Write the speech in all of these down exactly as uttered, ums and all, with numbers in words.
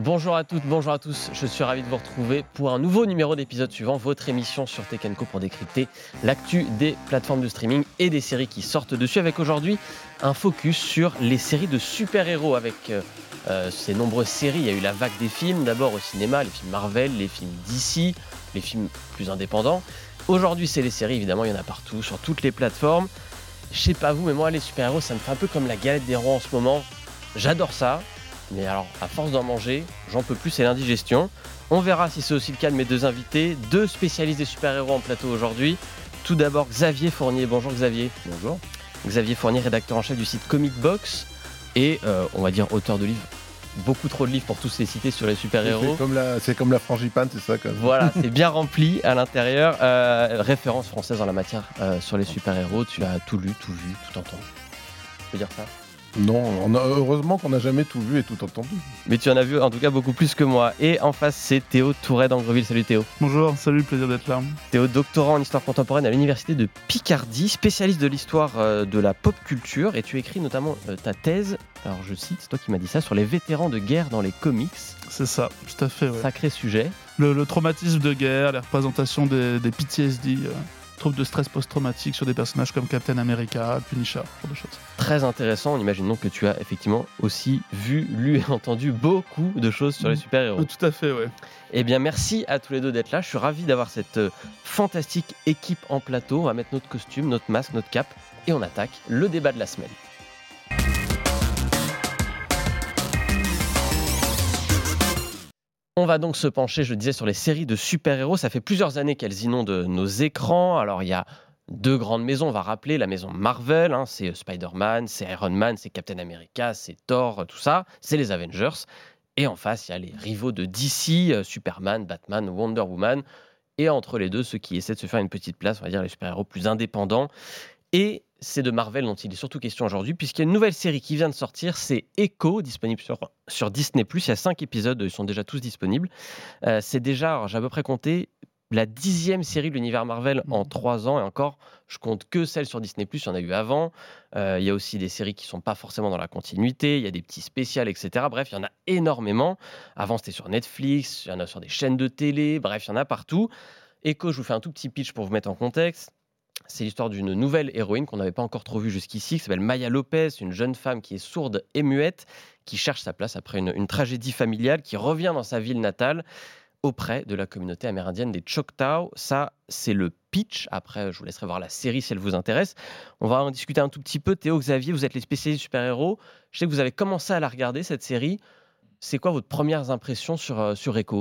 Bonjour à toutes, bonjour à tous, je suis ravi de vous retrouver pour un nouveau numéro d'épisode suivant, votre émission sur Tech and Co pour décrypter l'actu des plateformes de streaming et des séries qui sortent dessus, avec aujourd'hui un focus sur les séries de super-héros. Avec euh, ces nombreuses séries, il y a eu la vague des films, d'abord au cinéma, les films Marvel, les films D C, les films plus indépendants. Aujourd'hui c'est les séries, évidemment il y en a partout, sur toutes les plateformes. Je sais pas vous, mais moi les super-héros ça me fait un peu comme la galette des rois en ce moment, j'adore ça. Mais alors, à force d'en manger, j'en peux plus, c'est l'indigestion. On verra si c'est aussi le cas de mes deux invités, deux spécialistes des super-héros en plateau aujourd'hui. Tout d'abord, Xavier Fournier. Bonjour Xavier. Bonjour. Xavier Fournier, rédacteur en chef du site Comic Box et, euh, on va dire, auteur de livres. Beaucoup trop de livres pour tous les citer sur les super-héros. C'est comme la, c'est comme la frangipane, c'est ça quand même. Voilà, c'est bien rempli à l'intérieur. Euh, référence française en la matière euh, sur les super-héros. Tu as tout lu, tout vu, tout entendu. Je peux dire ça ? Non, on a, heureusement qu'on n'a jamais tout vu et tout entendu. Mais tu en as vu en tout cas beaucoup plus que moi. Et en face, c'est Théo Touret d'Angreville. Salut Théo. Bonjour, salut, plaisir d'être là. Théo, doctorant en histoire contemporaine à l'université de Picardie, spécialiste de l'histoire euh, de la pop culture. Et tu écris notamment euh, ta thèse, alors je cite, c'est toi qui m'as dit ça, sur les vétérans de guerre dans les comics. C'est ça, tout à fait. Ouais. Sacré sujet. Le, le traumatisme de guerre, les représentations des, des P T S D, euh, troubles de stress post-traumatique sur des personnages comme Captain America, Punisher, ce genre de choses. Très intéressant. On imagine donc que tu as effectivement aussi vu, lu et entendu beaucoup de choses sur les super-héros. Tout à fait, ouais. Eh bien, merci à tous les deux d'être là. Je suis ravi d'avoir cette euh, fantastique équipe en plateau. On va mettre notre costume, notre masque, notre cape et on attaque le débat de la semaine. On va donc se pencher, je disais, sur les séries de super-héros. Ça fait plusieurs années qu'elles inondent nos écrans. Alors, il y a deux grandes maisons, on va rappeler. La maison Marvel, hein, c'est Spider-Man, c'est Iron Man, c'est Captain America, c'est Thor, tout ça. C'est les Avengers. Et en face, il y a les rivaux de D C, euh, Superman, Batman, Wonder Woman. Et entre les deux, ceux qui essaient de se faire une petite place, on va dire les super-héros plus indépendants. Et c'est de Marvel dont il est surtout question aujourd'hui, puisqu'il y a une nouvelle série qui vient de sortir, c'est Echo, disponible sur, sur Disney plus. Il y a cinq épisodes, ils sont déjà tous disponibles. Euh, c'est déjà, alors, j'ai à peu près compté, la dixième série de l'univers Marvel en trois ans, et encore, je compte que celle sur Disney plus, il y en a eu avant. Euh, il y a aussi des séries qui ne sont pas forcément dans la continuité, il y a des petits spécials, et cetera. Bref, il y en a énormément. Avant, c'était sur Netflix, il y en a sur des chaînes de télé, bref, il y en a partout. Echo, je vous fais un tout petit pitch pour vous mettre en contexte. C'est l'histoire d'une nouvelle héroïne qu'on n'avait pas encore trop vue jusqu'ici, qui s'appelle Maya Lopez, une jeune femme qui est sourde et muette, qui cherche sa place après une, une tragédie familiale, qui revient dans sa ville natale auprès de la communauté amérindienne des Choctaw. Ça, c'est le pitch. Après, je vous laisserai voir la série si elle vous intéresse. On va en discuter un tout petit peu. Théo, Xavier, vous êtes les spécialistes super-héros. Je sais que vous avez commencé à la regarder, cette série. C'est quoi votre premières impressions sur, euh, sur Echo ?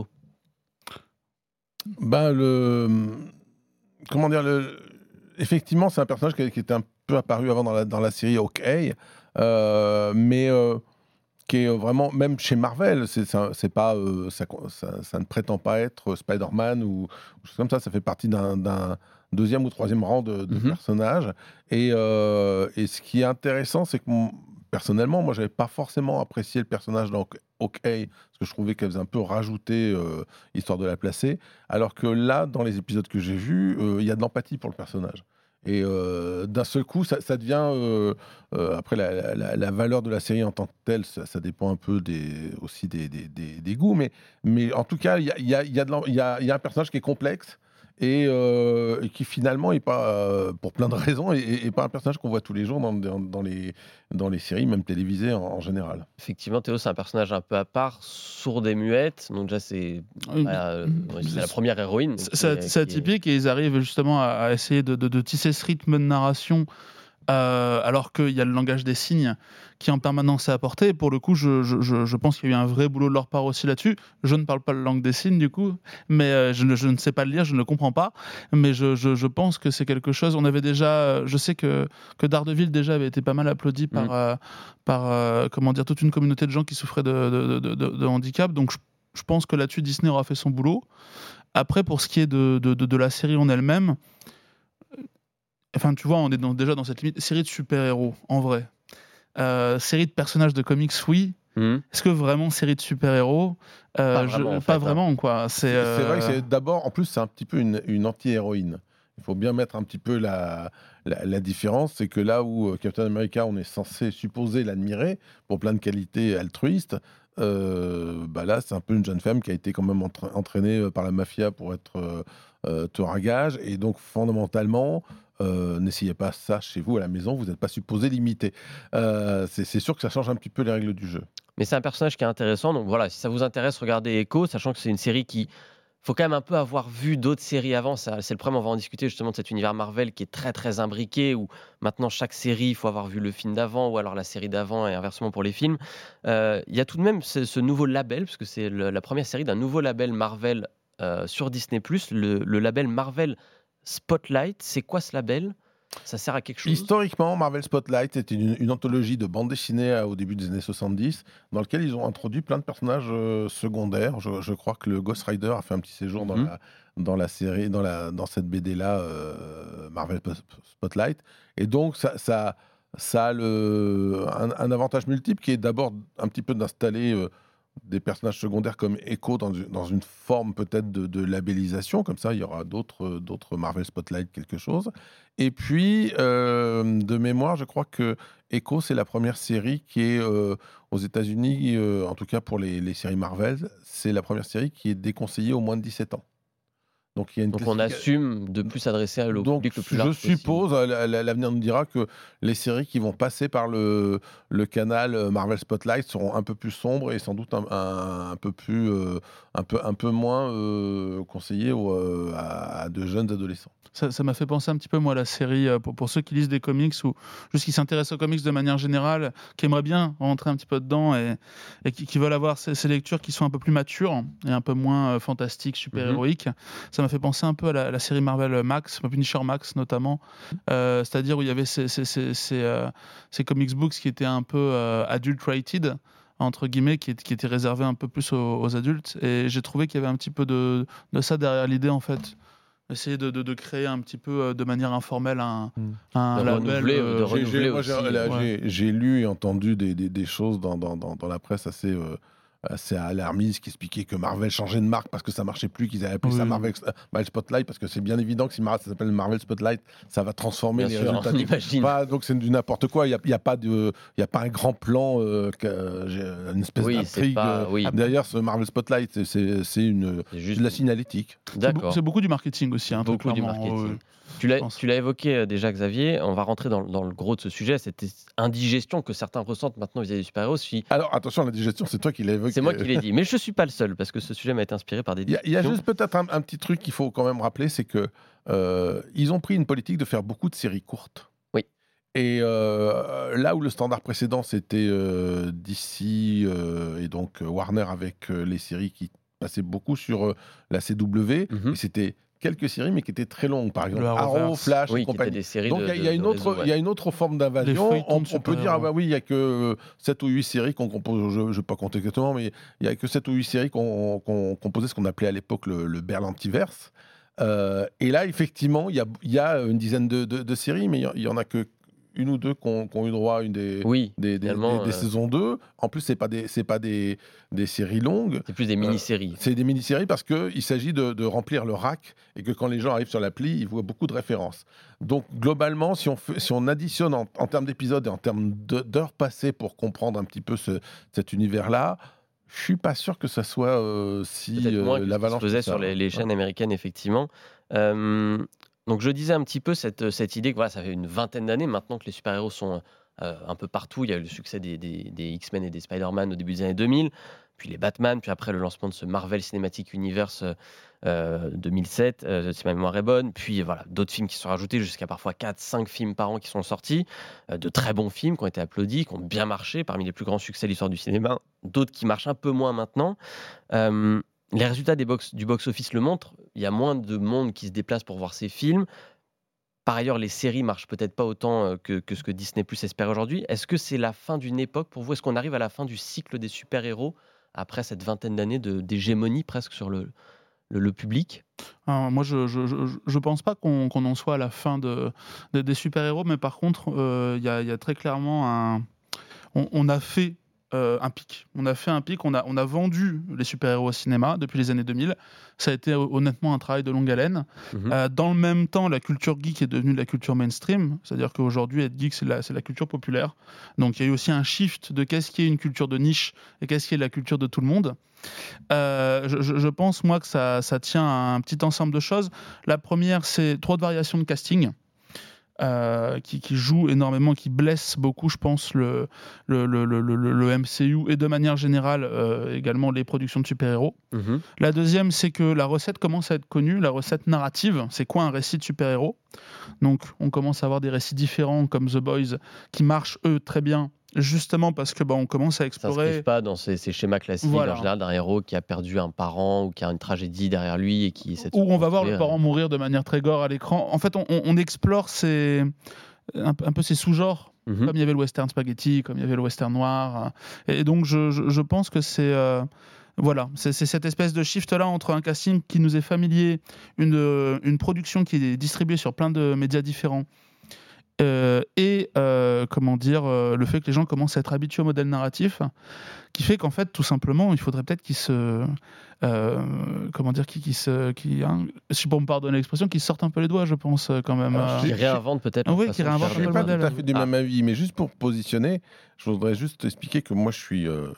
Ben, le... Comment dire le... Effectivement, c'est un personnage qui, qui était un peu apparu avant dans la, dans la série Hawkeye, euh, mais euh, qui est vraiment, même chez Marvel, c'est, c'est, c'est pas, euh, ça, ça, ça ne prétend pas être Spider-Man ou, ou chose comme ça. Ça fait partie d'un, d'un deuxième ou troisième rang de, de mm-hmm. personnages. Et, euh, et ce qui est intéressant, c'est que mon, personnellement, moi, j'avais pas forcément apprécié le personnage dans Hawkeye, parce que je trouvais qu'elle faisait un peu rajouter, euh, histoire de la placer. Alors que là, dans les épisodes que j'ai vus, il euh, y a de l'empathie pour le personnage. Et euh, d'un seul coup, ça, ça devient... Euh, euh, après, la, la, la valeur de la série en tant que telle, ça, ça dépend un peu des, aussi des, des, des, des goûts. Mais, mais en tout cas, il y a, y, a, y, a y, a, y a un personnage qui est complexe et, euh, et qui finalement est pas, euh, pour plein de raisons, et pas un personnage qu'on voit tous les jours dans, dans, dans, les, dans les séries, même télévisées en, en général. Effectivement, Théo, c'est un personnage un peu à part, sourde et muette, donc déjà c'est, euh, c'est la première héroïne. C'est, est, c'est atypique est... et ils arrivent justement à, à essayer de, de, de tisser ce rythme de narration, euh, alors qu'il y a le langage des signes qui en permanence est apporté. Pour le coup, je, je, je pense qu'il y a eu un vrai boulot de leur part aussi là-dessus. Je ne parle pas la langue des signes du coup, mais euh, je, ne, je ne sais pas le lire, je ne le comprends pas, mais je, je, je pense que c'est quelque chose. On avait déjà, je sais que, que Daredevil déjà avait été pas mal applaudi par, mmh. euh, par euh, comment dire, toute une communauté de gens qui souffraient de, de, de, de, de handicap, donc je, je pense que là-dessus Disney aura fait son boulot. Après, pour ce qui est de, de, de, de la série en elle-même, enfin tu vois, on est dans, déjà dans cette limite série de super-héros en vrai. Euh, série de personnages de comics, oui. Mmh. Est-ce que vraiment série de super-héros euh, Pas vraiment, je, en fait, pas hein. vraiment quoi. C'est, c'est, euh... c'est vrai que c'est, d'abord, en plus, c'est un petit peu une, une anti-héroïne. il faut bien mettre un petit peu la, la, la différence. C'est que là où Captain America, on est censé supposer l'admirer pour plein de qualités altruistes, euh, bah là, c'est un peu une jeune femme qui a été quand même entra- entraînée par la mafia pour être euh, euh, tueur à gages. Et donc, fondamentalement, euh, n'essayez pas ça chez vous à la maison, vous n'êtes pas supposé l'imiter. Euh, c'est, c'est sûr que ça change un petit peu les règles du jeu. Mais c'est un personnage qui est intéressant, donc voilà, si ça vous intéresse, regardez Echo, sachant que c'est une série qui... faut quand même un peu avoir vu d'autres séries avant, ça, c'est le problème, on va en discuter justement de cet univers Marvel qui est très très imbriqué, où maintenant chaque série, il faut avoir vu le film d'avant, ou alors la série d'avant, et inversement pour les films. Euh, Il y a tout de même ce, ce nouveau label, parce que c'est le- la première série d'un nouveau label Marvel euh, sur Disney+, le, le label Marvel Spotlight. C'est quoi ce label? Ça sert à quelque chose? Historiquement, Marvel Spotlight était une, une anthologie de bande dessinée à- au début des années soixante-dix, dans lequel ils ont introduit plein de personnages euh, secondaires. Je, je crois que le Ghost Rider a fait un petit séjour dans, Mhm. la, dans la série, dans, la, dans cette B D-là, euh, Marvel P- Spotlight. Et donc, ça, ça, ça a le, un, un avantage multiple qui est d'abord un petit peu d'installer euh, des personnages secondaires comme Echo dans, une- dans une forme peut-être de, de labellisation. Comme ça, il y aura d'autres, d'autres Marvel Spotlight, quelque chose. Et puis, euh, de mémoire, je crois que Echo, c'est la première série qui est euh, aux États-Unis, euh, en tout cas pour les, les séries Marvel, c'est la première série qui est déconseillée aux moins de dix-sept ans. Donc, il y a une Donc on classifica- assume de plus s'adresser au donc, public le plus je large possible. suppose, euh, la- la- l'avenir nous dira que les séries qui vont passer par le, le canal euh, Marvel Spotlight seront un peu plus sombres et sans doute un, un- un peu plus, euh, un peu, un peu moins euh, conseillées aux, euh, à, à de jeunes adolescents. Ça, ça m'a fait penser un petit peu, moi, à la série, euh, pour, pour ceux qui lisent des comics ou juste qui s'intéressent aux comics de manière générale, qui aimeraient bien rentrer un petit peu dedans et, et qui, qui veulent avoir ces, ces lectures qui sont un peu plus matures et un peu moins euh, fantastiques, super-héroïques. Ça m'a fait penser un peu à la, à la série Marvel Max, Punisher Max notamment, euh, c'est-à-dire où il y avait ces, ces, ces, ces, euh, ces comics books qui étaient un peu euh, adult-rated, entre guillemets, qui, qui étaient réservés un peu plus aux, aux adultes. Et j'ai trouvé qu'il y avait un petit peu de, de ça derrière l'idée, en fait. Essayer de, de, de créer un petit peu euh, de manière informelle un, Mm. un De label. renouveler, euh, de J'ai- j'ai- renouveler moi, j'ai, aussi, là, euh, j'ai- j'ai lu et entendu des, des- des choses dans, dans- dans- dans la presse assez, euh, assez alarmistes qui expliquaient que Marvel changeait de marque parce que ça marchait plus, qu'ils avaient appelé ça Oui. Marvel, euh, Marvel Spotlight, parce que c'est bien évident que si Mar- ça s'appelle Marvel Spotlight, ça va transformer Bien les sûr, résultats. on du- imagine. Pas- donc c'est du n'importe quoi. Il n'y a, il y a, pas de- il y a pas un grand plan, euh, que- j'ai une espèce Oui, c'est d'intrigue. pas- euh, oui. Derrière ce Marvel Spotlight, c'est- c'est c'est une, C'est c'est juste de la signalétique. C'est beau- D'accord. c'est beaucoup du marketing aussi. Hein, très Beaucoup du clairement, marketing. ouais. Tu l'as, je pense. tu l'as évoqué euh, déjà, Xavier. On va rentrer dans, dans le gros de ce sujet, cette indigestion que certains ressentent maintenant vis-à-vis des super-héros. Si- Alors attention, la digestion, c'est toi qui l'as évoqué. C'est moi qui l'ai dit, mais je ne suis pas le seul, parce que ce sujet m'a été inspiré par des Il y a, il y a discussions. juste peut-être un, un petit truc qu'il faut quand même rappeler, c'est que euh, ils ont pris une politique de faire beaucoup de séries courtes. Oui. Et euh, là où le standard précédent c'était euh, D C euh, et donc euh, Warner avec euh, les séries qui passaient beaucoup sur euh, la C W, Mhm. et c'était quelques séries mais qui étaient très longues, par exemple Le Arrow, Arrowverse. Flash Oui, et qui étaient compagnie. des séries Donc de, il y a- il y, a de- une de autre, réseau, il y a ouais. une autre forme Les d'invasion. feuilletons On, de on peut dire, ah super-héros. bah oui, il y a que sept ou huit séries qu'on compose, je ne vais pas compter exactement, mais il y a que sept ou huit séries qu'on qu'on composait ce qu'on appelait à l'époque le, le Berlantiverse. Euh, et là, effectivement, il y a, il y a une dizaine de, de- de séries, mais il y en- il y en a que une ou deux qui ont, qui ont eu droit à une des, Oui, des, des- finalement, des- des euh, saisons deux. En plus, c'est pas des, c'est pas des, des séries longues. c'est plus des mini-séries. C'est des mini-séries parce qu'il s'agit de, de remplir le rack et que quand les gens arrivent sur l'appli, ils voient beaucoup de références. Donc, globalement, si on, fait- si on additionne en, en termes d'épisodes et en termes de- d'heures passées pour comprendre un petit peu ce- cet univers-là, je suis pas sûr que ça soit euh, si Peut-être euh, moins que ce qui se l'avalanche faisait que ça. sur les, les Ouais. chaînes américaines, effectivement. Euh, donc je disais un petit peu cette, cette idée que voilà, ça fait une vingtaine d'années maintenant que les super-héros sont euh, un peu partout. Il y a eu le succès des, des- des X-Men et des Spider-Man au début des années deux mille, puis les Batman, puis après le lancement de ce Marvel Cinematic Universe euh, deux mille sept, euh, si ma mémoire est bonne, puis voilà, d'autres films qui se sont rajoutés, jusqu'à parfois quatre cinq films par an qui sont sortis, euh, de très bons films qui ont été applaudis, qui ont bien marché, parmi les plus grands succès de l'histoire du cinéma, d'autres qui marchent un peu moins maintenant. Euh, les résultats des box, du box-office le montrent, il y a moins de monde qui se déplace pour voir ces films. Par ailleurs, les séries marchent peut-être pas autant euh, que, que ce que Disney Plus espère aujourd'hui. Est-ce que c'est la fin d'une époque pour vous? Est-ce qu'on arrive à la fin du cycle des super-héros après cette vingtaine d'années de- d'hégémonie presque sur le, le, le public? Alors, moi, je je, je, je pense pas qu'on qu'on en soit à la fin de, de- des super-héros, mais par contre, euh, il y, a, il y a très clairement un. On, on a fait euh, un pic. On a fait un pic, on a, on a vendu les super-héros au cinéma depuis les années deux mille. Ça a été honnêtement un travail de longue haleine. Mhm. Euh, dans le même temps, la culture geek est devenue de la culture mainstream, c'est-à-dire qu'aujourd'hui, être geek, c'est la, c'est la culture populaire. Donc il y a eu aussi un shift de qu'est-ce qui est une culture de niche et qu'est-ce qui est la culture de tout le monde. Euh, je, je- je pense, moi, que ça, ça tient à un petit ensemble de choses. La première, c'est trop de variations de casting. Euh, qui, qui joue énormément, qui blesse beaucoup, je pense, le, le, le, le, le- le M C U et de manière générale euh, également les productions de super-héros. Mhm. La deuxième, c'est que la recette commence à être connue, la recette narrative. C'est quoi un récit de super-héros? Donc, on commence à avoir des récits différents comme The Boys qui marchent, eux, très bien, justement parce que bah, on commence à Ça explorer. s'inscrivent pas dans ces, ces schémas classiques Voilà. en général d'un héros qui a perdu un parent ou qui a une tragédie derrière lui et qui essaie de se Où on va voir le reconstruire. parent mourir de manière très gore à l'écran. En fait, on, on- on explore ces, un, peu- un peu ces sous-genres, Mhm. comme il y avait le western spaghetti, comme il y avait le western noir. hein. Et, et donc, je, je- je pense que c'est euh, voilà, c'est c'est cette espèce de shift-là entre un casting qui nous est familier, une, euh, une production qui est distribuée sur plein de médias différents. euh, et euh, comment dire euh, le fait que les gens commencent à être habitués au modèle narratif, qui fait qu'en fait tout simplement il faudrait peut-être qu'ils se euh, comment dire qui, qui se qui hein, si pour me pardonner l'expression qu'ils sortent un peu les doigts, je pense euh, quand même. Alors, euh. je Qui réinvente peut-être Ah leur oui, façon qui de réinvente faire Je un des suis peu pas le tout modèle. à fait du Ah. même avis, mais juste pour positionner, je voudrais juste expliquer que moi je suis euh,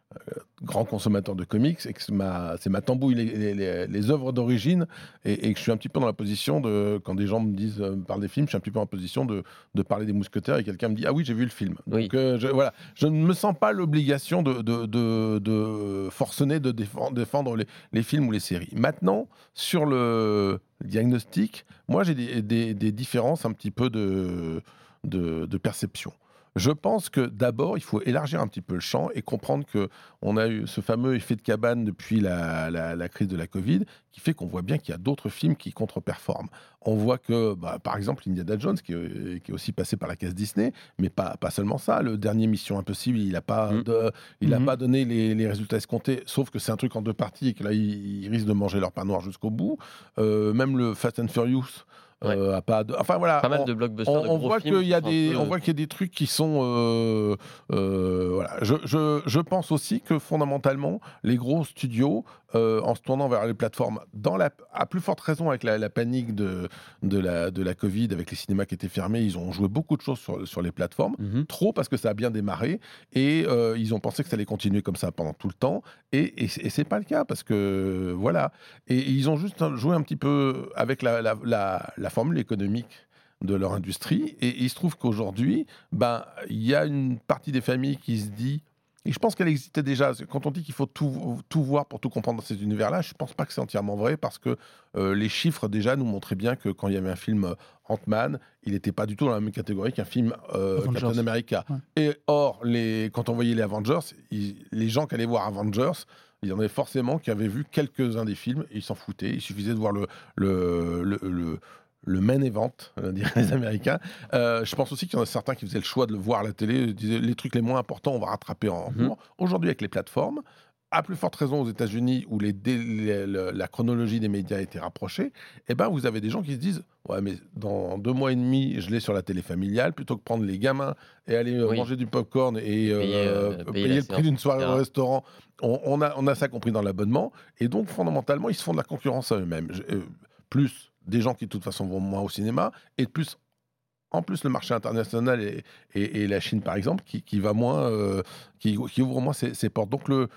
grand consommateur de comics et que c'est ma, c'est ma tambouille les, les, les- les œuvres d'origine et, et que je suis un petit peu dans la position de, quand des gens me disent, euh, me parlent des films, je suis un petit peu en position de, de parler des mousquetaires et quelqu'un me dit ah oui j'ai vu le film. Oui. Donc euh, je, voilà, je ne me sens pas l'obligation de, de, de, de forcener de défendre, défendre les, les films ou les séries. Maintenant, sur le diagnostic, moi j'ai des, des, des différences un petit peu de, de, de perception. Je pense que d'abord, il faut élargir un petit peu le champ et comprendre que on a eu ce fameux effet de cabane depuis la, la- la crise de la Covid, qui fait qu'on voit bien qu'il y a d'autres films qui contre-performent. On voit que, bah, par exemple, Indiana Jones, qui est, qui est aussi passé par la case Disney, mais pas, pas seulement ça. Le dernier Mission Impossible, il n'a pas, Mm. de- il a Mhm. pas donné les, les résultats escomptés, sauf que c'est un truc en deux parties et que là, ils, ils risquent de manger leur pain noir jusqu'au bout. Euh, même le Fast and Furious. euh, a pas de... Enfin voilà, Pas mal on- de blockbusters, on, de on gros voit films qu'il y a qui sont un des, peu- on voit qu'il y a des trucs qui sont, euh, euh, voilà. Je, je, je pense aussi que fondamentalement, les gros studios, euh, en se tournant vers les plateformes, dans la, à plus forte raison avec la, la panique de, de la, de la Covid, avec les cinémas qui étaient fermés, ils ont joué beaucoup de choses sur, sur les plateformes. Mhm. Trop parce que ça a bien démarré et euh, ils ont pensé que ça allait continuer comme ça pendant tout le temps et, et, c'est- et c'est pas le cas parce que voilà et, ils ont juste joué un petit peu avec la, la, la, la formule économique de leur industrie et il se trouve qu'aujourd'hui ben il y a une partie des familles qui se dit et je pense qu'elle existait déjà. Quand on dit qu'il faut tout, tout voir pour tout comprendre dans ces univers-là, je pense pas que c'est entièrement vrai parce que euh, les chiffres déjà nous montraient bien que quand il y avait un film euh, Ant-Man, il n'était pas du tout dans la même catégorie qu'un film euh, Avengers. Captain America. Ouais. Et or, les, quand on voyait les Avengers, ils- les gens qui allaient voir Avengers, il y en avait forcément qui avaient vu quelques-uns des films et ils s'en foutaient. Il suffisait de voir le, le, le, le- le main event, euh, diraient les Américains. Euh, je pense aussi qu'il y en a certains qui faisaient le choix de le voir à la télé, ils disaient les trucs les moins importants, on va rattraper en Mhm. cours. Aujourd'hui, avec les plateformes, à plus forte raison aux États-Unis où les dé- les- le- la chronologie des médias a été rapprochée, eh ben, vous avez des gens qui se disent ouais, mais dans deux mois et demi, je l'ai sur la télé familiale, plutôt que prendre les gamins et aller euh, Oui. manger du popcorn et euh, payer, euh, payer, payer la le séance, prix d'une soirée et cetera. au restaurant. On, on a, on a ça compris dans l'abonnement. Et donc, fondamentalement, ils se font de la concurrence à eux-mêmes. Je- euh, plus des gens qui, de toute façon, vont moins au cinéma et de plus. En plus, le marché international et, et- et la Chine, par exemple, qui, qui va moins, euh, qui, qui ouvre moins ses, ses portes. Donc, le,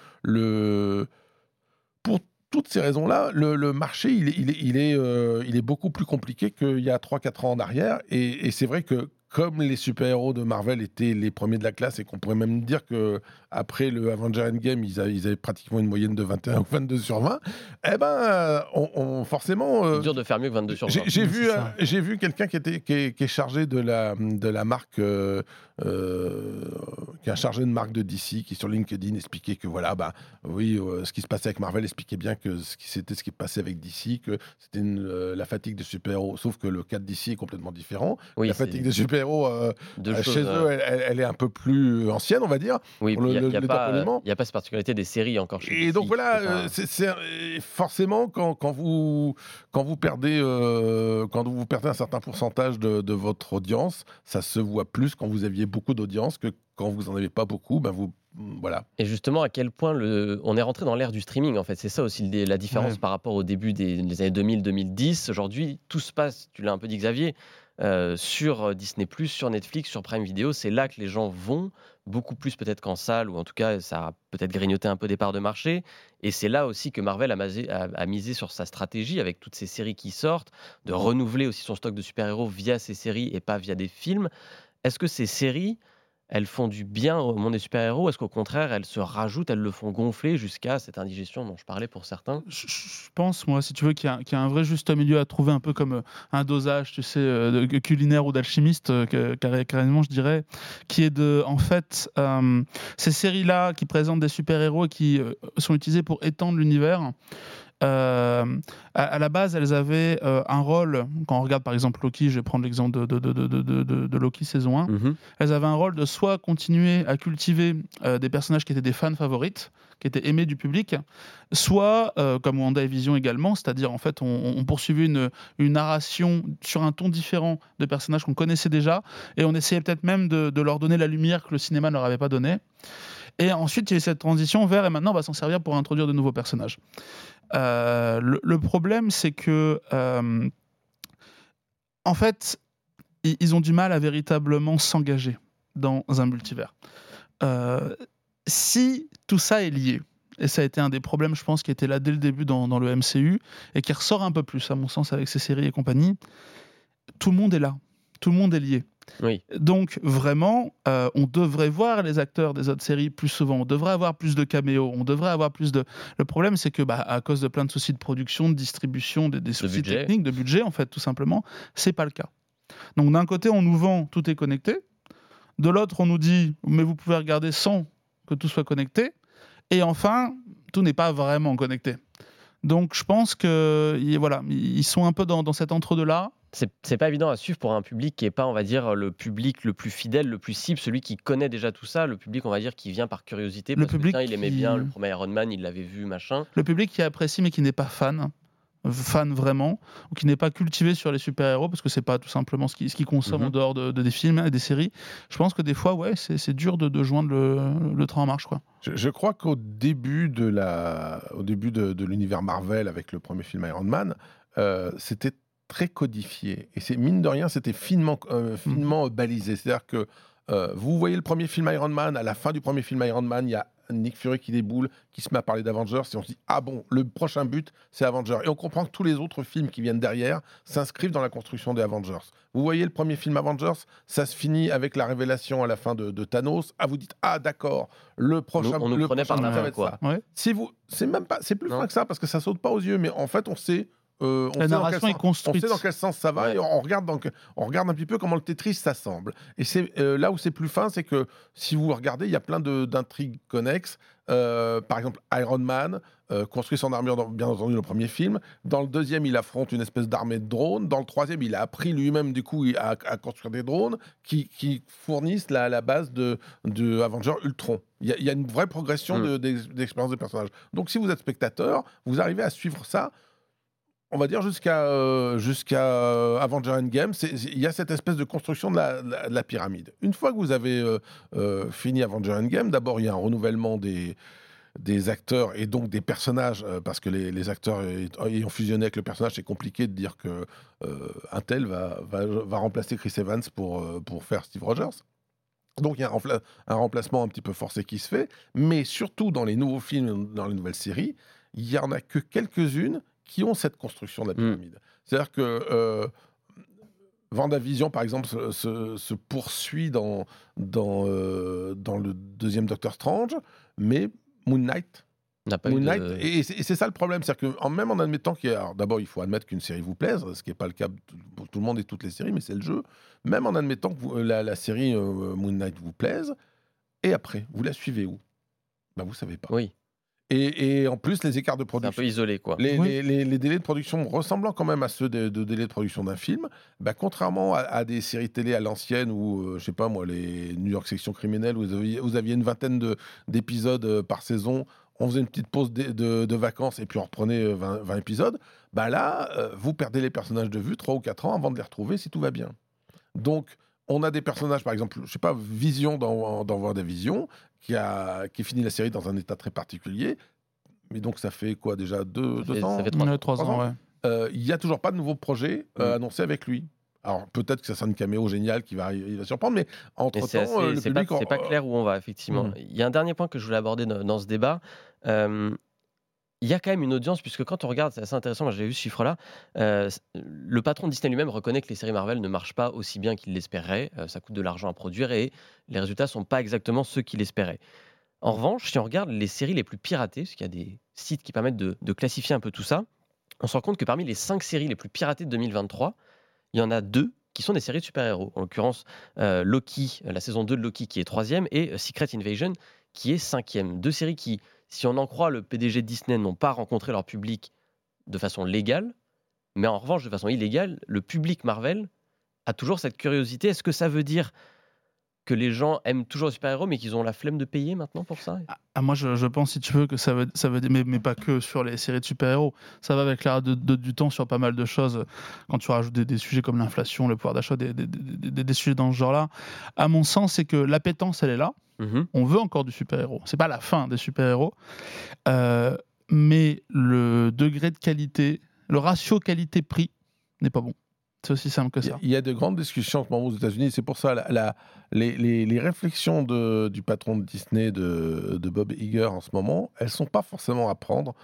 le, pour toutes ces raisons-là, le, le marché, il est, il est, il est, euh, il est beaucoup plus compliqué qu'il y a trois quatre ans en arrière. Et, et c'est vrai que comme les super-héros de Marvel étaient les premiers de la classe et qu'on pourrait même dire que après le Avenger Endgame, ils avaient, ils avaient pratiquement une moyenne de vingt et un ou vingt-deux sur vingt, eh ben, euh, on, on- forcément... euh, C'est dur de faire mieux que vingt-deux sur j'ai vingt. j'ai Oui, vu, c'est euh, ça. j'ai vu quelqu'un qui, était, qui, est, qui est chargé de la, de la marque, euh, euh, qui est un chargé de marque de D C, qui sur LinkedIn expliquait que voilà, bah, oui, euh, ce qui se passait avec Marvel expliquait bien que ce qui c'était ce qui passait avec D C, que c'était une, euh, la fatigue des super-héros, sauf que le cas de D C est complètement différent. Oui, la c'est fatigue des super-héros, euh, deux euh, choses, chez euh, eux, elle, elle- elle est un peu plus ancienne, on va dire. Oui, pour il le- n'y a, le- y a le pas, poliment. il y a pas cette particularité des séries encore chez Et D C, donc voilà, c'est pas- euh, c'est c'est, euh, forcément quand, quand vous quand vous perdez euh, quand vous perdez un certain pourcentage de, de votre audience, ça se voit plus quand vous aviez beaucoup d'audience que quand vous en avez pas beaucoup, ben vous voilà. Et justement, à quel point le... on est rentré dans l'ère du streaming, en fait. C'est ça aussi le- la différence Ouais. par rapport au début des, des années deux mille deux mille dix. Aujourd'hui, tout se passe, tu l'as un peu dit Xavier, euh, sur Disney+, sur Netflix, sur Prime Video. C'est là que les gens vont, beaucoup plus peut-être qu'en salle, ou en tout cas, ça a peut-être grignoté un peu des parts de marché. Et c'est là aussi que Marvel a, masé- a- a misé sur sa stratégie, avec toutes ces séries qui sortent, de renouveler aussi son stock de super-héros via ces séries et pas via des films. Est-ce que ces séries, elles font du bien au monde des super-héros? Est-ce qu'au contraire, elles se rajoutent, elles le font gonfler jusqu'à cette indigestion dont je parlais pour certains? Je je pense, moi, si tu veux, qu'il y a, qu'il y a un vrai juste milieu à trouver, un peu comme euh, un dosage, tu sais, euh, de- culinaire ou d'alchimiste, euh, que- carré- carrément, je dirais, qui est de, en fait, euh, ces séries-là qui présentent des super-héros et qui euh, sont utilisées pour étendre l'univers. Euh, à, à la base, elles avaient euh, un rôle. Quand on regarde par exemple Loki, je vais prendre l'exemple de, de, de, de, de, de- de Loki saison un. Mhm. Elles avaient un rôle de soit continuer à cultiver euh, des personnages qui étaient des fans favorites, qui étaient aimés du public, soit euh, comme Wanda et Vision également, c'est-à-dire en fait on, on poursuivait une, une narration sur un ton différent de personnages qu'on connaissait déjà, et on essayait peut-être même de, de leur donner la lumière que le cinéma ne leur avait pas donnée. Et ensuite, il y a eu cette transition vers, et maintenant, on va s'en servir pour introduire de nouveaux personnages. Euh, le, le problème, c'est que, euh, en fait, i- ils ont du mal à véritablement s'engager dans un multivers. Euh, Si tout ça est lié, et ça a été un des problèmes, je pense, qui était là dès le début dans, dans le M C U, et qui ressort un peu plus, à mon sens, avec ces séries et compagnie, tout le monde est là. Tout le monde est lié. Oui. Donc vraiment, euh, on devrait voir les acteurs des autres séries plus souvent. On devrait avoir plus de caméos. On devrait avoir plus de. Le problème, c'est que bah, à cause de plein de soucis de production, de distribution, des, des soucis budget. techniques, de budget, en fait, tout simplement, c'est pas le cas. Donc d'un côté, on nous vend tout est connecté. De l'autre, on nous dit mais vous pouvez regarder sans que tout soit connecté. Et enfin, tout n'est pas vraiment connecté. Donc je pense que y- voilà, ils sont un peu dans, dans cet entre-deux-là. C'est c'est pas évident à suivre pour un public qui est pas, on va dire, le public le plus fidèle, le plus cible, celui qui connaît déjà tout ça, le public, on va dire, qui vient par curiosité, Le parce que public tiens, il aimait qui- bien le premier Iron Man, il l'avait vu, machin. Le public qui apprécie mais qui n'est pas fan, fan vraiment, ou qui n'est pas cultivé sur les super-héros, parce que c'est pas tout simplement ce qu'il ce qu'il consomme Mhm. en dehors de, de des films et des séries. Je pense que des fois, ouais, c'est c'est dur de, de joindre le, le train en marche, quoi. Je, je crois qu'au début de la, au début de, de l'univers Marvel avec le premier film Iron Man, euh, c'était très codifié et c'est mine de rien, c'était finement, euh, finement balisé. C'est-à-dire que euh, vous voyez le premier film Iron Man, à la fin du premier film Iron Man, il y a Nick Fury qui déboule, qui se met à parler d'Avengers, et on se dit ah bon, le prochain but c'est Avengers. Et on comprend que tous les autres films qui viennent derrière s'inscrivent dans la construction des Avengers. Vous voyez le premier film Avengers, ça se finit avec la révélation à la fin de, de Thanos. Ah, vous dites ah d'accord, le prochain, Nous, on nous le prenait prochain par la but, ça main, va être quoi. ça. Ouais. Si vous, c'est même pas, c'est plus Non. fin que ça parce que ça saute pas aux yeux, mais en fait on sait. euh, on La sait dans narration quel est sens- construite. On sait dans quel sens ça va Ouais. et on regarde, donc, on regarde un petit peu comment le Tetris s'assemble. Et c'est euh, là où c'est plus fin, c'est que si vous regardez, il y a plein de- d'intrigues connexes. Euh, par exemple, Iron Man euh, construit son armure, dans, bien entendu, le premier film. Dans le deuxième, il affronte une espèce d'armée de drones. Dans le troisième, il a appris lui-même, du coup, à, à construire des drones qui, qui fournissent la, la base de, de Avengers Ultron. Il y, a- il y a une vraie progression Mm. de- d'ex- d'expérience des personnages. Donc, si vous êtes spectateur, vous arrivez à suivre ça. On va dire jusqu'à euh, jusqu'à euh, Avenger Endgame, c'est- c'est- il y a cette espèce de construction de la, de la- de la pyramide. Une fois que vous avez euh, euh, fini Avenger Endgame, d'abord il y a un renouvellement des, des acteurs et donc des personnages, euh, parce que les, les acteurs ayant ayant fusionné avec le personnage, c'est compliqué de dire que euh, un tel va, va, va remplacer Chris Evans pour, euh, pour faire Steve Rogers. Donc il y a un, rempla- un remplacement un petit peu forcé qui se fait, mais surtout dans les nouveaux films, dans les nouvelles séries, il y en a que quelques-unes qui ont cette construction de la Mm. pyramide. C'est-à-dire que euh, Vendavision, par exemple, se, se- se poursuit dans, dans, euh, dans le deuxième Doctor Strange, mais Moon Knight N'a pas Moon eu Knight, de... et, et c'est et c'est ça le problème, c'est-à-dire que en- même en admettant qu'il y a, alors d'abord il faut admettre qu'une série vous plaise, ce qui n'est pas le cas pour tout le monde et toutes les séries, mais c'est le jeu. Même en admettant que vous- la, la série euh, Moon Knight vous plaise, et après vous la suivez où? Bah vous savez pas. Oui, Et, et en plus les écarts de c'est un production, peu isolé, quoi. les, Oui. les- les- les délais de production ressemblant quand même à ceux de, de délais de production d'un film, bah, contrairement à, à des séries télé à l'ancienne où, euh, je sais pas moi, les New York Section Criminelle, où vous aviez, vous aviez une vingtaine de- d'épisodes euh, par saison, on faisait une petite pause de, de- de vacances et puis on reprenait euh, vingt, vingt épisodes, bah là, euh, vous perdez les personnages de vue trois ou quatre ans avant de les retrouver si tout va bien. Donc, on a des personnages, par exemple, je sais pas, Vision dans, dans WandaVision, qui a qui finit la série dans un état très particulier. Mais donc ça fait quoi déjà deux, Ça deux fait- ans ça fait trois Ouais, ans. trois Trois ans, ans. ouais. Euh, Il y a toujours pas de nouveau projet euh, Mm. annoncé avec lui. Alors peut-être que ça sera une caméo géniale qui va, il va surprendre, mais Mais entre c'est temps, assez- le c'est pas, public. c'est pas clair où on va, effectivement. Mhm. Il y a un dernier point que je voulais aborder dans, dans ce débat. Euh, il y a quand même une audience, puisque quand on regarde, c'est assez intéressant, moi j'avais vu ce chiffre-là, euh, c- le patron de Disney lui-même reconnaît que les séries Marvel ne marchent pas aussi bien qu'il l'espérait, euh, ça coûte de l'argent à produire et les résultats sont pas exactement ceux qu'il espérait. En revanche, si on regarde les séries les plus piratées, parce qu'il y a des sites qui permettent de, de classifier un peu tout ça, on se rend compte que parmi les cinq séries les plus piratées de deux mille vingt-trois, il y en a deux qui sont des séries de super-héros. En l'occurrence, euh, Loki, euh, la saison deux de Loki qui est troisième, et euh, Secret Invasion qui est cinquième. Deux séries qui, si on en croit le P D G de Disney, n'ont pas rencontré leur public de façon légale, mais en revanche, de façon illégale, le public Marvel a toujours cette curiosité. Est-ce que ça veut dire que les gens aiment toujours les super-héros, mais qu'ils ont la flemme de payer maintenant pour ça? Ah, ah, moi, je, je pense, si tu veux, que ça veut, ça veut dire, mais, mais pas que sur les séries de super-héros. Ça va avec l'air de, de- du temps sur pas mal de choses. Quand tu rajoutes des, des sujets comme l'inflation, le pouvoir d'achat, des, des- des- des- des sujets dans ce genre-là. À mon sens, c'est que l'appétence, elle est là. Mhm. On veut encore du super-héros. C'est pas la fin des super-héros. Euh, mais le degré de qualité, le ratio qualité-prix n'est pas bon. C'est aussi simple que Il y ça. a- il y a de grandes discussions en ce moment aux États-Unis. C'est pour ça la, la- les, les- les réflexions de- du patron de Disney, de, de Bob Iger en ce moment, elles sont pas forcément à prendre.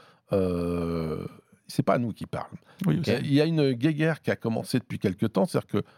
Euh, c'est pas à nous qui parle. Oui, Il y a- il y a une guéguerre qui a commencé depuis quelques temps, c'est-à-dire que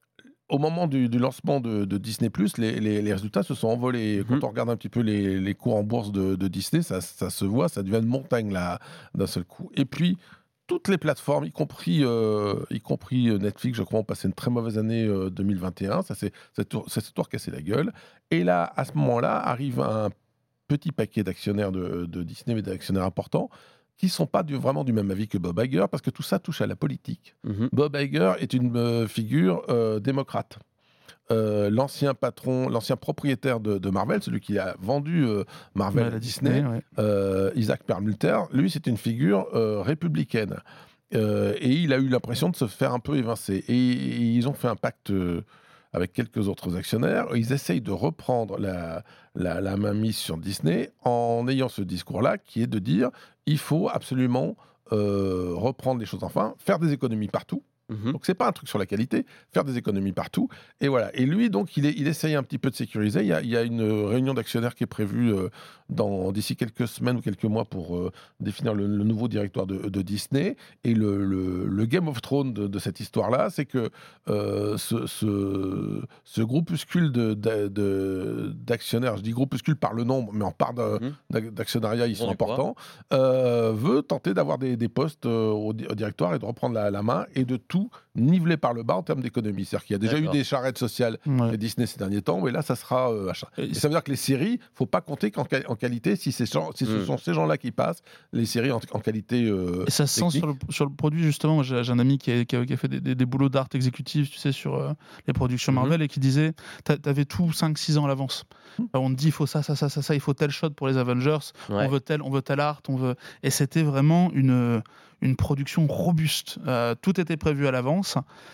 au moment du, du lancement de, de Disney+, les, les- les résultats se sont envolés. Mhm. Quand on regarde un petit peu les, les cours en bourse de, de Disney, ça, ça se voit, ça devient une montagne là d'un seul coup. Et puis toutes les plateformes, y compris, euh, y compris euh, Netflix, je crois, ont passé une très mauvaise année euh, deux mille vingt et un. Ça s'est ça s'est tout ça s'est tout recassé la gueule. Et là, à ce moment-là, arrive un petit paquet d'actionnaires de, de Disney, mais d'actionnaires importants, qui ne sont pas du- vraiment du même avis que Bob Iger, parce que tout ça touche à la politique. Mhm. Bob Iger est une euh, figure euh, démocrate. Euh, l'ancien patron, l'ancien propriétaire de, de Marvel, celui qui a vendu euh, Marvel Ouais, à Disney, ouais. euh, Isaac Perlmutter, lui, c'est une figure euh, républicaine. Euh, et il a eu l'impression de se faire un peu évincer. Et, et ils ont fait un pacte euh, avec quelques autres actionnaires. Ils essayent de reprendre la, la, la mainmise sur Disney en ayant ce discours-là qui est de dire il faut absolument euh, reprendre les choses enfin, faire des économies partout. Mhm. Donc c'est pas un truc sur la qualité, faire des économies partout. Et voilà. Et lui, donc, il, est, il essaye un petit peu de sécuriser. Il y a, il y a une réunion d'actionnaires qui est prévue euh, dans, d'ici quelques semaines ou quelques mois pour euh, définir le, le nouveau directoire de, de Disney. Et le, le- le Game of Thrones de, de cette histoire-là, c'est que euh, ce, ce, ce groupuscule de, de- de- d'actionnaires, je dis groupuscule par le nombre, mais en part de- Mhm. d'ac- d'actionnariat, ils Ils ont sont du poids. importants, euh, veut tenter d'avoir des, des postes euh, au, di- au directoire et de reprendre la, la main et de tout nivelé par le bas en termes d'économie. C'est-à-dire qu'il y a déjà D'accord. eu des charrettes sociales Ouais. chez Disney ces derniers temps, mais là, ça sera euh, machin. Et Et ça veut dire que les séries, faut pas compter qu'en qua- en qualité, si, c'est gens- si ce Mm. sont ces gens-là qui passent, les séries en, en qualité. euh, Et ça se sent technique. sur le, sur le produit, justement. Moi, J'ai j'ai un ami qui a, qui a- qui a fait des, des- des boulots d'art exécutif, tu sais, sur euh, les productions Mhm. Marvel, et qui disait t'a- t'avais tout cinq six ans à l'avance. Mhm. Alors, on te dit il faut ça, ça, ça, ça, ça, il faut tel shot pour les Avengers, Ouais. on veut tel, on veut tel art, on veut. Et c'était vraiment une, une production robuste. Euh, tout était prévu à l'avance.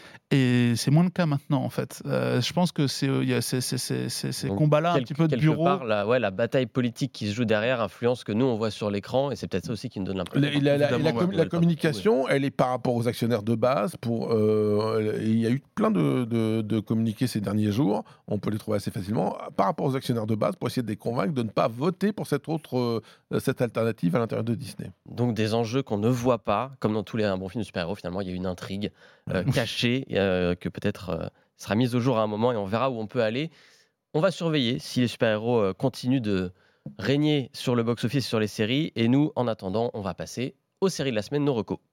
Et c'est moins le cas maintenant, en fait. Euh, je pense que c'est, il y a ces, ces- ces- ces- ces Donc, combats-là, un Quel- petit peu de quelque bureau. part, la, ouais, la bataille politique qui se joue derrière influence ce que nous on voit sur l'écran, et c'est peut-être ça aussi qui nous donne l'impression. La, la- la- Évidemment, la ouais, com- ouais, la ouais. communication, elle est par rapport aux actionnaires de base. Pour, euh, il y a eu plein de, de, de communiqués ces derniers jours. On peut les trouver assez facilement. Par rapport aux actionnaires de base, pour essayer de les convaincre de ne pas voter pour cette autre, euh, cette alternative à l'intérieur de Disney. Donc des enjeux qu'on ne voit pas, comme dans tous les un bon film de super-héros, finalement il y a une intrigue euh, cachée euh, que peut-être euh, sera mise au jour à un moment et on verra où on peut aller. On va surveiller si les super-héros euh, continuent de régner sur le box-office et sur les séries, et nous en attendant on va passer aux séries de la semaine, nos recos.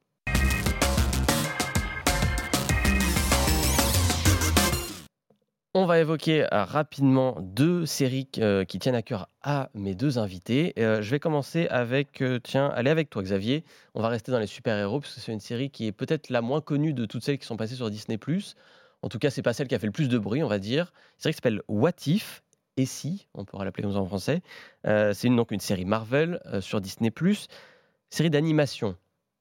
On va évoquer euh, rapidement deux séries euh, qui tiennent à cœur à mes deux invités. Euh, je vais commencer avec, euh, tiens, allez avec toi Xavier. On va rester dans les super-héros parce que c'est une série qui est peut-être la moins connue de toutes celles qui sont passées sur Disney+. En tout cas, c'est pas celle qui a fait le plus de bruit, on va dire. C'est vrai que ça s'appelle What If, et si, on pourra l'appeler comme ça en français. Euh, c'est une, donc une série Marvel euh, sur Disney+, série d'animation.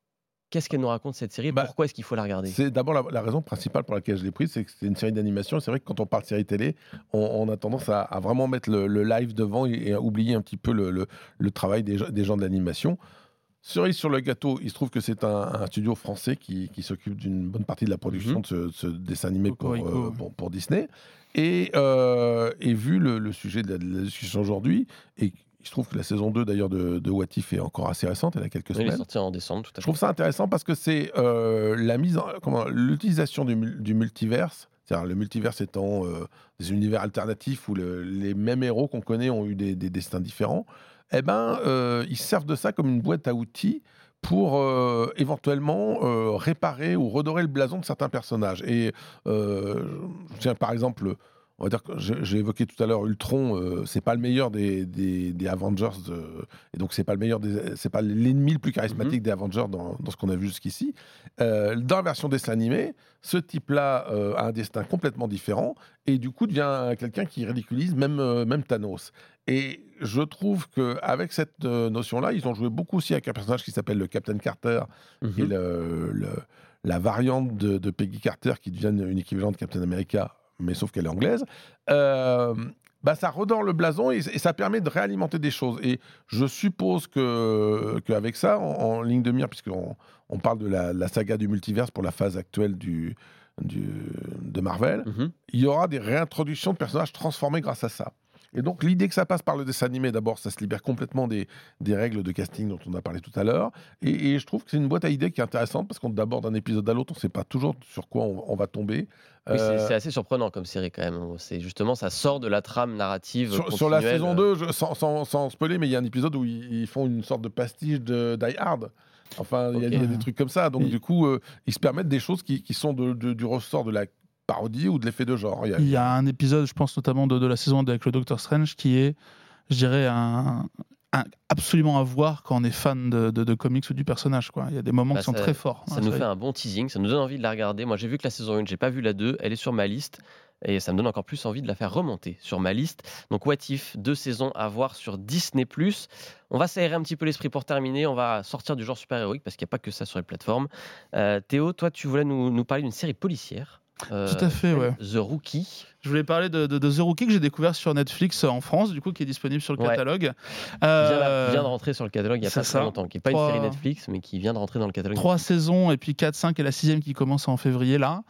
Qu'est-ce qu'elle nous raconte cette série? Bah, Pourquoi est-ce qu'il faut la regarder? C'est d'abord la, la raison principale pour laquelle je l'ai prise, c'est que c'est une série d'animation. C'est vrai que quand on parle série télé, on, on a tendance à, à vraiment mettre le, le live devant et, et à oublier un petit peu le, le, le travail des, des gens de l'animation. Cerise sur le gâteau, il se trouve que c'est un, un studio français qui, qui s'occupe d'une bonne partie de la production mm-hmm. de, ce, ce dessin animé pour, euh, pour, pour Disney. Et, euh, et vu le, le sujet de la, de la discussion aujourd'hui, et il se trouve que la saison deux d'ailleurs de, de What If est encore assez récente, elle a quelques oui, semaines. Elle est sortie en décembre, tout à fait. Je trouve ça intéressant parce que c'est euh, la mise en, comment, l'utilisation du, du multiverse, c'est-à-dire le multiverse étant euh, des univers alternatifs où le, les mêmes héros qu'on connaît ont eu des, des destins différents. Eh ben, euh, ils servent de ça comme une boîte à outils pour euh, éventuellement euh, réparer ou redorer le blason de certains personnages. Et euh, je tiens par exemple, on va dire que j'ai évoqué tout à l'heure Ultron, euh, c'est pas le meilleur des, des, des Avengers, de, et donc c'est pas le meilleur, des, c'est pas l'ennemi le plus charismatique mm-hmm. des Avengers dans, dans ce qu'on a vu jusqu'ici. Euh, dans la version dessin animé, ce type-là euh, a un destin complètement différent et du coup devient quelqu'un qui ridiculise même, euh, même Thanos. Et je trouve qu'avec cette euh, notion-là, ils ont joué beaucoup aussi avec un personnage qui s'appelle le Captain Carter, mm-hmm. qui est le, le, la variante de, de Peggy Carter qui devient une équivalente de Captain America, mais sauf qu'elle est anglaise. Euh, bah ça redore le blason et, et ça permet de réalimenter des choses. Et je suppose que qu'avec ça, en, en ligne de mire, puisqu'on on parle de la, la saga du multiverse pour la phase actuelle du, du, de Marvel, mm-hmm. il y aura des réintroductions de personnages transformés grâce à ça. Et donc, l'idée que ça passe par le dessin animé, d'abord, ça se libère complètement des, des règles de casting dont on a parlé tout à l'heure. Et, et je trouve que c'est une boîte à idées qui est intéressante parce qu'on d'abord d'un épisode à l'autre, on ne sait pas toujours sur quoi on, on va tomber. Oui, euh... c'est assez surprenant comme série quand même. C'est justement, ça sort de la trame narrative sur, sur la saison deux, je, sans, sans, sans spoiler, mais il y a un épisode où ils, ils font une sorte de pastiche de Die Hard. Enfin, il okay. y, y a des trucs comme ça. Donc, oui. du coup, euh, ils se permettent des choses qui, qui sont de, de, du ressort de la parodie ou de l'effet de genre. Il y a, il y a un épisode, je pense notamment de, de la saison avec le Doctor Strange, qui est, je dirais, un, un, absolument à voir quand on est fan de, de, de comics ou du personnage, quoi. Il y a des moments bah qui ça, sont très forts. Ça hein, nous ça fait un bon teasing, ça nous donne envie de la regarder. Moi, j'ai vu que la saison un, j'ai pas vu la deux, elle est sur ma liste. Et ça me donne encore plus envie de la faire remonter sur ma liste. Donc What If, deux saisons à voir sur Disney plus. On va s'aérer un petit peu l'esprit pour terminer. On va sortir du genre super-héroïque parce qu'il n'y a pas que ça sur les plateformes. Euh, Théo, toi, tu voulais nous, nous parler d'une série policière. Euh, Tout à fait, ouais. The Rookie. Je voulais parler de, de, de The Rookie que j'ai découvert sur Netflix en France, du coup, qui est disponible sur le catalogue. Ouais. Euh... Qui vient de rentrer sur le catalogue il y a pas très longtemps, qui n'est pas Trois... une série Netflix, mais qui vient de rentrer dans le catalogue. Trois saisons, et puis quatre, cinq, et la sixième qui commence en février, là,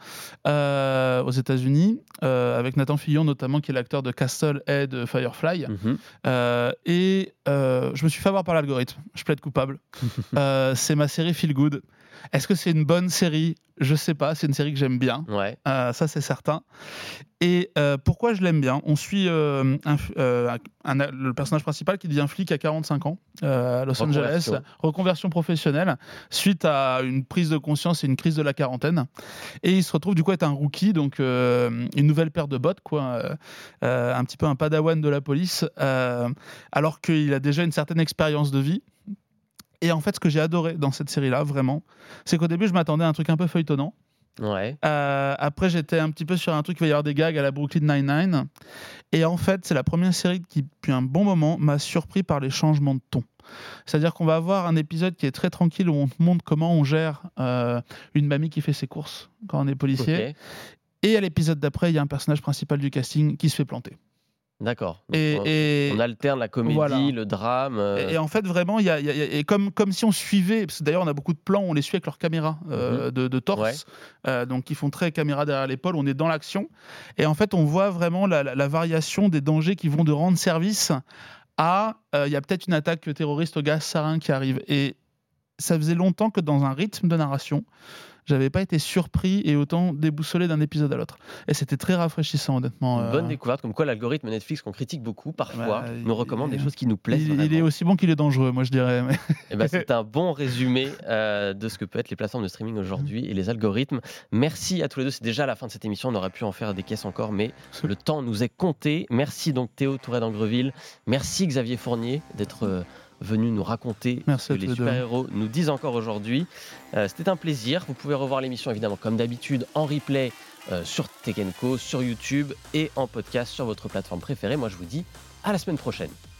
euh, aux États-Unis, euh, avec Nathan Fillion, notamment, qui est l'acteur de Castle et de Firefly. Mm-hmm. euh, et euh, je me suis fait avoir par l'algorithme, je plaide coupable. euh, c'est ma série Feel Good. Est-ce que c'est une bonne série? Je sais pas, c'est une série que j'aime bien, ouais. euh, ça c'est certain. Et euh, pourquoi je l'aime bien? On suit euh, un, euh, un, le personnage principal qui devient flic à quarante-cinq ans euh, à Los Angeles, reconversion professionnelle, suite à une prise de conscience et une crise de la quarantaine. Et il se retrouve du coup être un rookie, donc euh, une nouvelle paire de bottes, quoi, euh, un petit peu un padawan de la police, euh, alors qu'il a déjà une certaine expérience de vie. Et en fait, ce que j'ai adoré dans cette série-là, vraiment, c'est qu'au début, je m'attendais à un truc un peu feuilletonnant. Ouais. Euh, après, j'étais un petit peu sur un truc qui va y avoir des gags à la Brooklyn Nine-Nine. Et en fait, c'est la première série qui, depuis un bon moment, m'a surpris par les changements de ton. C'est-à-dire qu'on va avoir un épisode qui est très tranquille où on te montre comment on gère euh, une mamie qui fait ses courses quand on est policier. Okay. Et à l'épisode d'après, il y a un personnage principal du casting qui se fait planter. D'accord. Et, on, et, on alterne la comédie, voilà. le drame. Euh... Et, et en fait, vraiment, il y a, y a, y a et comme comme si on suivait. Parce que d'ailleurs, on a beaucoup de plans où on les suit avec leur caméra euh, mm-hmm. de, de torse, ouais. euh, donc qui font très caméra derrière l'épaule. On est dans l'action, et en fait, on voit vraiment la, la, la variation des dangers qui vont de rendre service à. Il euh, y a peut-être une attaque terroriste au gaz sarin qui arrive. Et ça faisait longtemps que dans un rythme de narration, j'avais pas été surpris et autant déboussolé d'un épisode à l'autre. Et c'était très rafraîchissant, honnêtement. Une euh... bonne découverte, comme quoi l'algorithme Netflix qu'on critique beaucoup, parfois, bah, nous recommande il, des choses qui nous plaisent. Il, il est aussi bon qu'il est dangereux, moi je dirais. Mais... Et bah, c'est un bon résumé euh, de ce que peut être les plateformes de streaming aujourd'hui et les algorithmes. Merci à tous les deux. C'est déjà la fin de cette émission. On aurait pu en faire des caisses encore, mais le temps nous est compté. Merci donc Théo Touré-d'Angreville. Merci Xavier Fournier d'être... Euh, venu nous raconter Merci ce que les super-héros nous disent encore aujourd'hui. Euh, c'était un plaisir. Vous pouvez revoir l'émission, évidemment, comme d'habitude, en replay euh, sur Tech and Co, sur YouTube et en podcast sur votre plateforme préférée. Moi, je vous dis à la semaine prochaine.